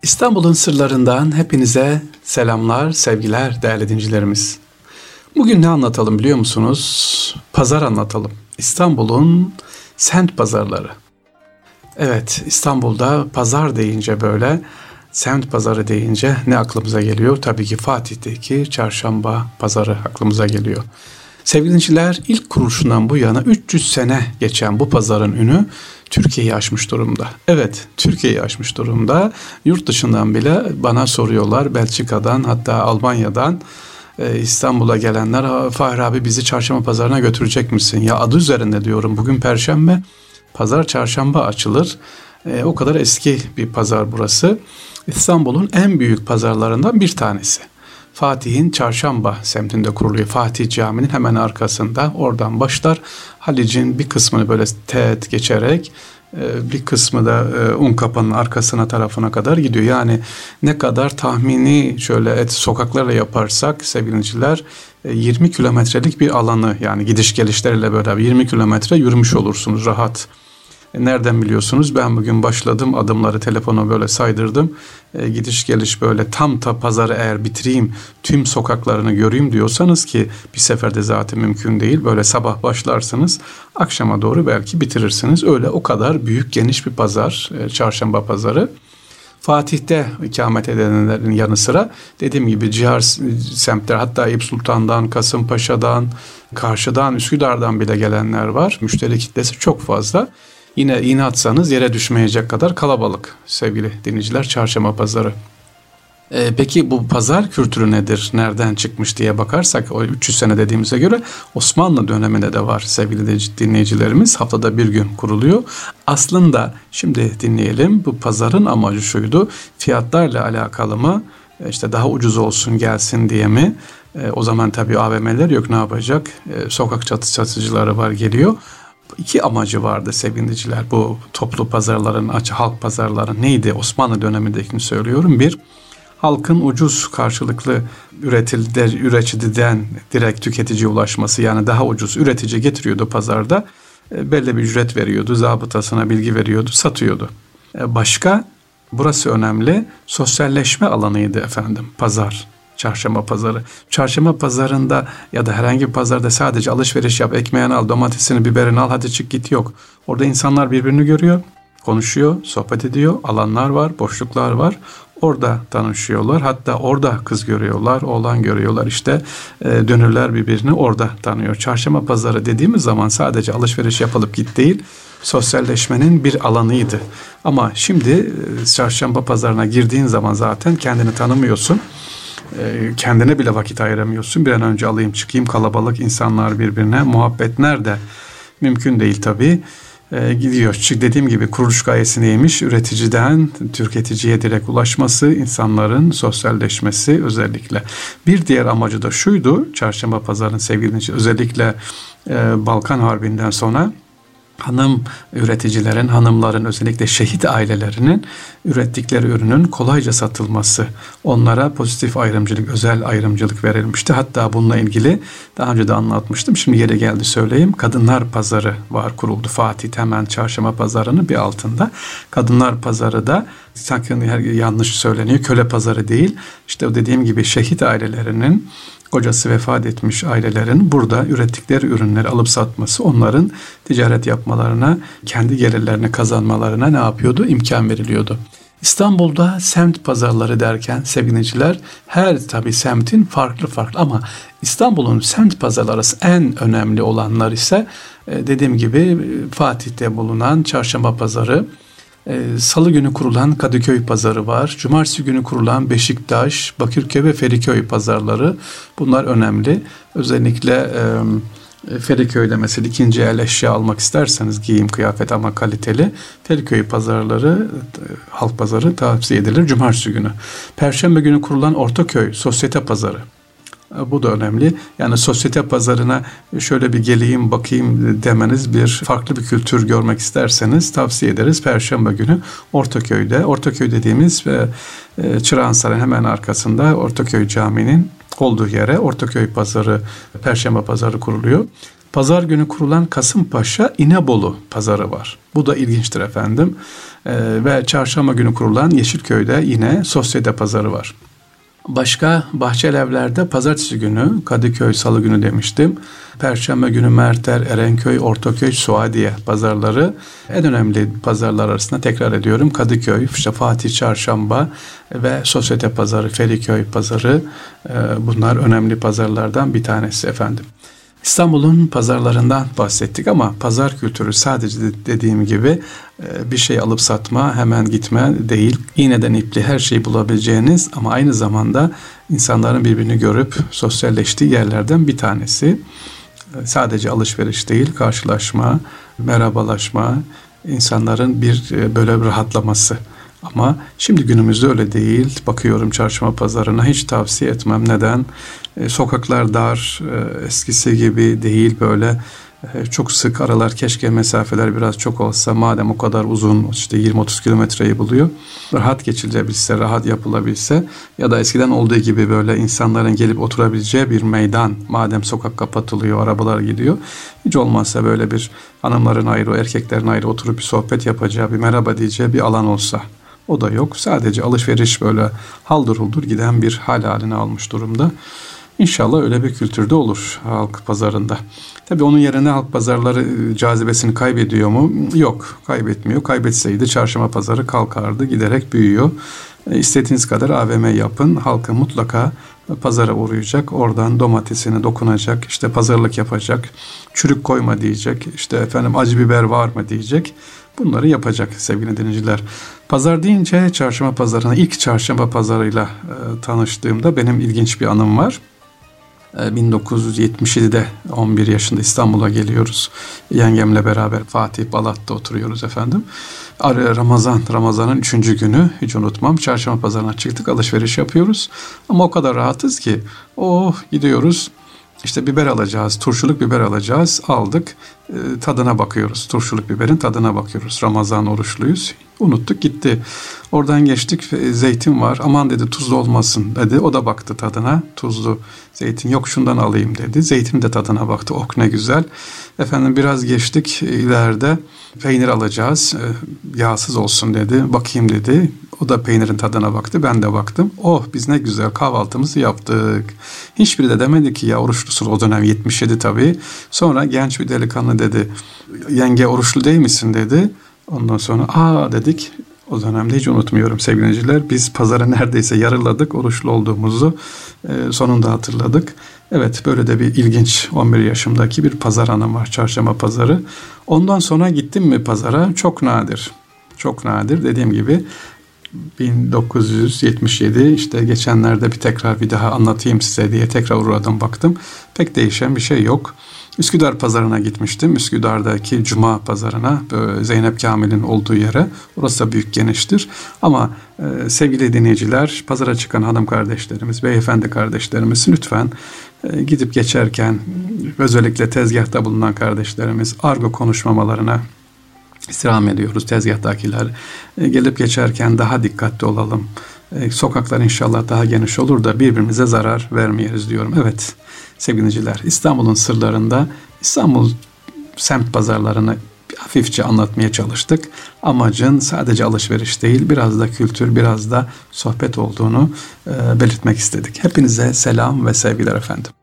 İstanbul'un sırlarından hepinize selamlar, sevgiler değerli dinleyicilerimiz. Bugün ne anlatalım biliyor musunuz? Pazar anlatalım. İstanbul'un semt pazarları. Evet, İstanbul'da pazar deyince böyle, semt pazarı deyince ne aklımıza geliyor? Tabii ki Fatih'teki çarşamba pazarı aklımıza geliyor. Sevgili dinleyiciler, ilk kuruluşundan bu yana 300 sene geçen bu pazarın ünü Türkiye'yi aşmış durumda. Evet, Türkiye'yi aşmış durumda. Yurt dışından bile bana soruyorlar, Belçika'dan hatta Almanya'dan İstanbul'a gelenler, Fahri abi bizi çarşamba pazarına götürecek misin? Ya adı üzerinde diyorum, bugün Perşembe, pazar çarşamba açılır. O kadar eski bir pazar burası. İstanbul'un en büyük pazarlarından bir tanesi. Fatih'in Çarşamba semtinde kuruluyor. Fatih Camii'nin hemen arkasında. Oradan başlar. Halic'in bir kısmını böyle teğet geçerek bir kısmı da Unkapanı'nın arkasına tarafına kadar gidiyor. Yani ne kadar tahmini şöyle sokaklarla yaparsak sevgiliciler 20 kilometrelik bir alanı, yani gidiş gelişlerle beraber 20 kilometre yürümüş olursunuz rahat. Nereden biliyorsunuz? Ben bugün başladım, adımları telefona böyle saydırdım. Gidiş geliş böyle tam pazarı eğer bitireyim, tüm sokaklarını göreyim diyorsanız, ki bir seferde zaten mümkün değil. Böyle sabah başlarsınız, akşama doğru belki bitirirsiniz. Öyle o kadar büyük, geniş bir pazar, çarşamba pazarı. Fatih'te ikamet edenlerin yanı sıra dediğim gibi ciğer semtler, hatta Eyüp Sultan'dan, Kasımpaşa'dan, Karşı'dan, Üsküdar'dan bile gelenler var. Müşteri kitlesi çok fazla. Yine iğne atsanız yere düşmeyecek kadar kalabalık sevgili dinleyiciler çarşamba pazarı. Peki bu pazar kültürü nedir? Nereden çıkmış diye bakarsak, o 300 sene dediğimize göre Osmanlı döneminde de var sevgili dinleyicilerimiz. Haftada bir gün kuruluyor. Aslında şimdi dinleyelim, bu pazarın amacı şuydu: fiyatlarla alakalı mı? İşte daha ucuz olsun gelsin diye mi? O zaman tabii AVM'ler yok, ne yapacak? Sokak satıcıları var, geliyor. İki amacı vardı sevgili dinleyiciler. Bu toplu pazarların, halk pazarların neydi? Osmanlı dönemindekini söylüyorum. Bir, halkın ucuz karşılıklı üreticiden direkt tüketiciye ulaşması, yani daha ucuz üretici getiriyordu pazarda. Belli bir ücret veriyordu, zabıtasına bilgi veriyordu, satıyordu. Başka, burası önemli, sosyalleşme alanıydı efendim pazar. Çarşamba pazarı. Çarşamba pazarında ya da herhangi bir pazarda sadece alışveriş yap, ekmeğini al, domatesini, biberini al, hadi çık git yok. Orada insanlar birbirini görüyor, konuşuyor, sohbet ediyor. Alanlar var, boşluklar var. Orada tanışıyorlar. Hatta orada kız görüyorlar, oğlan görüyorlar. İşte dönürler birbirini orada tanıyor. Çarşamba pazarı dediğimiz zaman sadece alışveriş yapılıp git değil, sosyalleşmenin bir alanıydı. Ama şimdi çarşamba pazarına girdiğin zaman zaten kendini tanımıyorsun. Kendine bile vakit ayıramıyorsun. Bir an önce alayım çıkayım, kalabalık insanlar birbirine, muhabbet nerede? Mümkün değil tabii. Gidiyor. Dediğim gibi kuruluş gayesi neymiş? Üreticiden tüketiciye direkt ulaşması, insanların sosyalleşmesi özellikle. Bir diğer amacı da şuydu: çarşamba pazarının sevgili, özellikle Balkan Harbi'nden sonra hanım üreticilerin, hanımların, özellikle şehit ailelerinin ürettikleri ürünün kolayca satılması, onlara pozitif ayrımcılık, özel ayrımcılık verilmişti. Hatta bununla ilgili daha önce de anlatmıştım. Şimdi yeri geldi söyleyeyim. Kadınlar pazarı var, kuruldu. Fatih hemen çarşamba pazarının bir altında. Kadınlar pazarı da sakın yanlış söyleniyor, köle pazarı değil. İşte o dediğim gibi şehit ailelerinin, kocası vefat etmiş ailelerin burada ürettikleri ürünleri alıp satması, onların ticaret yapmalarına, kendi gelirlerini kazanmalarına ne yapıyordu? İmkan veriliyordu. İstanbul'da semt pazarları derken sevgiliciler, her tabii semtin farklı ama İstanbul'un semt pazarları en önemli olanlar ise dediğim gibi Fatih'te bulunan çarşamba pazarı, Salı günü kurulan Kadıköy pazarı var. Cumartesi günü kurulan Beşiktaş, Bakırköy ve Feriköy pazarları. Bunlar önemli. Özellikle Feriköy'de mesela ikinci el eşya almak isterseniz, giyim kıyafet ama kaliteli, Feriköy pazarları, halk pazarı tavsiye edilir Cumartesi günü. Perşembe günü kurulan Ortaköy Sosyete pazarı. Bu da önemli. Yani sosyete pazarına şöyle bir geleyim bakayım demeniz, bir farklı bir kültür görmek isterseniz tavsiye ederiz. Perşembe günü Ortaköy'de. Ortaköy dediğimiz Çırağansaray'ın hemen arkasında Ortaköy Camii'nin olduğu yere Ortaköy pazarı, Perşembe pazarı kuruluyor. Pazar günü kurulan Kasımpaşa İnebolu pazarı var. Bu da ilginçtir efendim. Ve çarşamba günü kurulan Yeşilköy'de yine Sosyete pazarı var. Başka Bahçelievler'de pazartesi günü, Kadıköy salı günü demiştim. Perşembe günü Merter, Erenköy, Ortaköy, Suadiye pazarları. En önemli pazarlar arasında tekrar ediyorum. Kadıköy, işte Fatih Çarşamba ve Sosyete pazarı, Feriköy pazarı. Bunlar önemli pazarlardan bir tanesi efendim. İstanbul'un pazarlarından bahsettik ama pazar kültürü sadece dediğim gibi bir şey alıp satma, hemen gitme değil. İğneden ipli her şeyi bulabileceğiniz ama aynı zamanda insanların birbirini görüp sosyalleştiği yerlerden bir tanesi. Sadece alışveriş değil, karşılaşma, merhabalaşma, insanların bir böyle bir rahatlaması. Ama şimdi günümüzde öyle değil. Bakıyorum çarşamba pazarına, hiç tavsiye etmem. Neden? Sokaklar dar, eskisi gibi değil böyle. Çok sık aralar, keşke mesafeler biraz çok olsa. Madem o kadar uzun, işte 20-30 kilometreyi buluyor. Rahat geçilebilse, rahat yapılabilse ya da eskiden olduğu gibi böyle insanların gelip oturabileceği bir meydan. Madem sokak kapatılıyor, arabalar gidiyor. Hiç olmazsa böyle bir hanımların ayrı, erkeklerin ayrı oturup bir sohbet yapacağı, bir merhaba diyeceği bir alan olsa. O da yok. Sadece alışveriş böyle haldır huldur giden bir hal haline almış durumda. İnşallah öyle bir kültürde olur halk pazarında. Tabii onun yerine halk pazarları cazibesini kaybediyor mu? Yok, kaybetmiyor. Kaybetseydi çarşamba pazarı kalkardı, giderek büyüyor. İstediğiniz kadar AVM yapın. Halkı mutlaka pazara uğrayacak. Oradan domatesini dokunacak. İşte pazarlık yapacak. Çürük koyma diyecek. İşte efendim acı biber var mı diyecek. Bunları yapacak sevgili dinleyiciler. Pazar deyince çarşamba pazarına, ilk çarşamba pazarıyla tanıştığımda benim ilginç bir anım var. 1977'de 11 yaşında İstanbul'a geliyoruz. Yengemle beraber Fatih Balat'ta oturuyoruz efendim. Ramazan'ın 3. günü, hiç unutmam, çarşamba pazarına çıktık, alışveriş yapıyoruz. Ama o kadar rahatız ki gidiyoruz. İşte biber alacağız, turşuluk biber alacağız. Aldık, tadına bakıyoruz. Turşuluk biberin tadına bakıyoruz. Ramazan oruçluyuz. Unuttuk gitti. Oradan geçtik, zeytin var. Aman dedi, tuzlu olmasın dedi. O da baktı tadına. Tuzlu zeytin yok, şundan alayım dedi. Zeytin de tadına baktı. Oh ne güzel. Efendim biraz geçtik, ileride peynir alacağız. Yağsız olsun dedi. Bakayım dedi. O da peynirin tadına baktı. Ben de baktım. Oh biz ne güzel kahvaltımızı yaptık. Hiçbiri de demedi ki ya oruçlusun, o dönem 77 tabii. Sonra genç bir delikanlı dedi. Yenge oruçlu değil misin dedi. Ondan sonra dedik. O dönemde hiç unutmuyorum sevgili dinleyiciler. Biz pazarı neredeyse yarıladık. Oruçlu olduğumuzu sonunda hatırladık. Evet, böyle de bir ilginç 11 yaşımdaki bir pazar anım var. Çarşamba pazarı. Ondan sonra gittim mi pazara? Çok nadir. Çok nadir. Dediğim gibi 1977, işte geçenlerde bir daha anlatayım size diye tekrar uğradım, baktım. Pek değişen bir şey yok. Üsküdar pazarına gitmiştim. Üsküdar'daki Cuma pazarına, Zeynep Kamil'in olduğu yere. Orası da büyük, geniştir. Ama sevgili dinleyiciler, pazara çıkan hanım kardeşlerimiz, beyefendi kardeşlerimiz lütfen gidip geçerken, özellikle tezgahta bulunan kardeşlerimiz, argo konuşmamalarına istirham ediyoruz tezgahtakiler. Gelip geçerken daha dikkatli olalım. Sokaklar inşallah daha geniş olur da birbirimize zarar vermeyiz diyorum. Evet sevgili dinleyiciler, İstanbul'un sırlarında İstanbul semt pazarlarını hafifçe anlatmaya çalıştık. Amacın sadece alışveriş değil, biraz da kültür, biraz da sohbet olduğunu belirtmek istedik. Hepinize selam ve sevgiler efendim.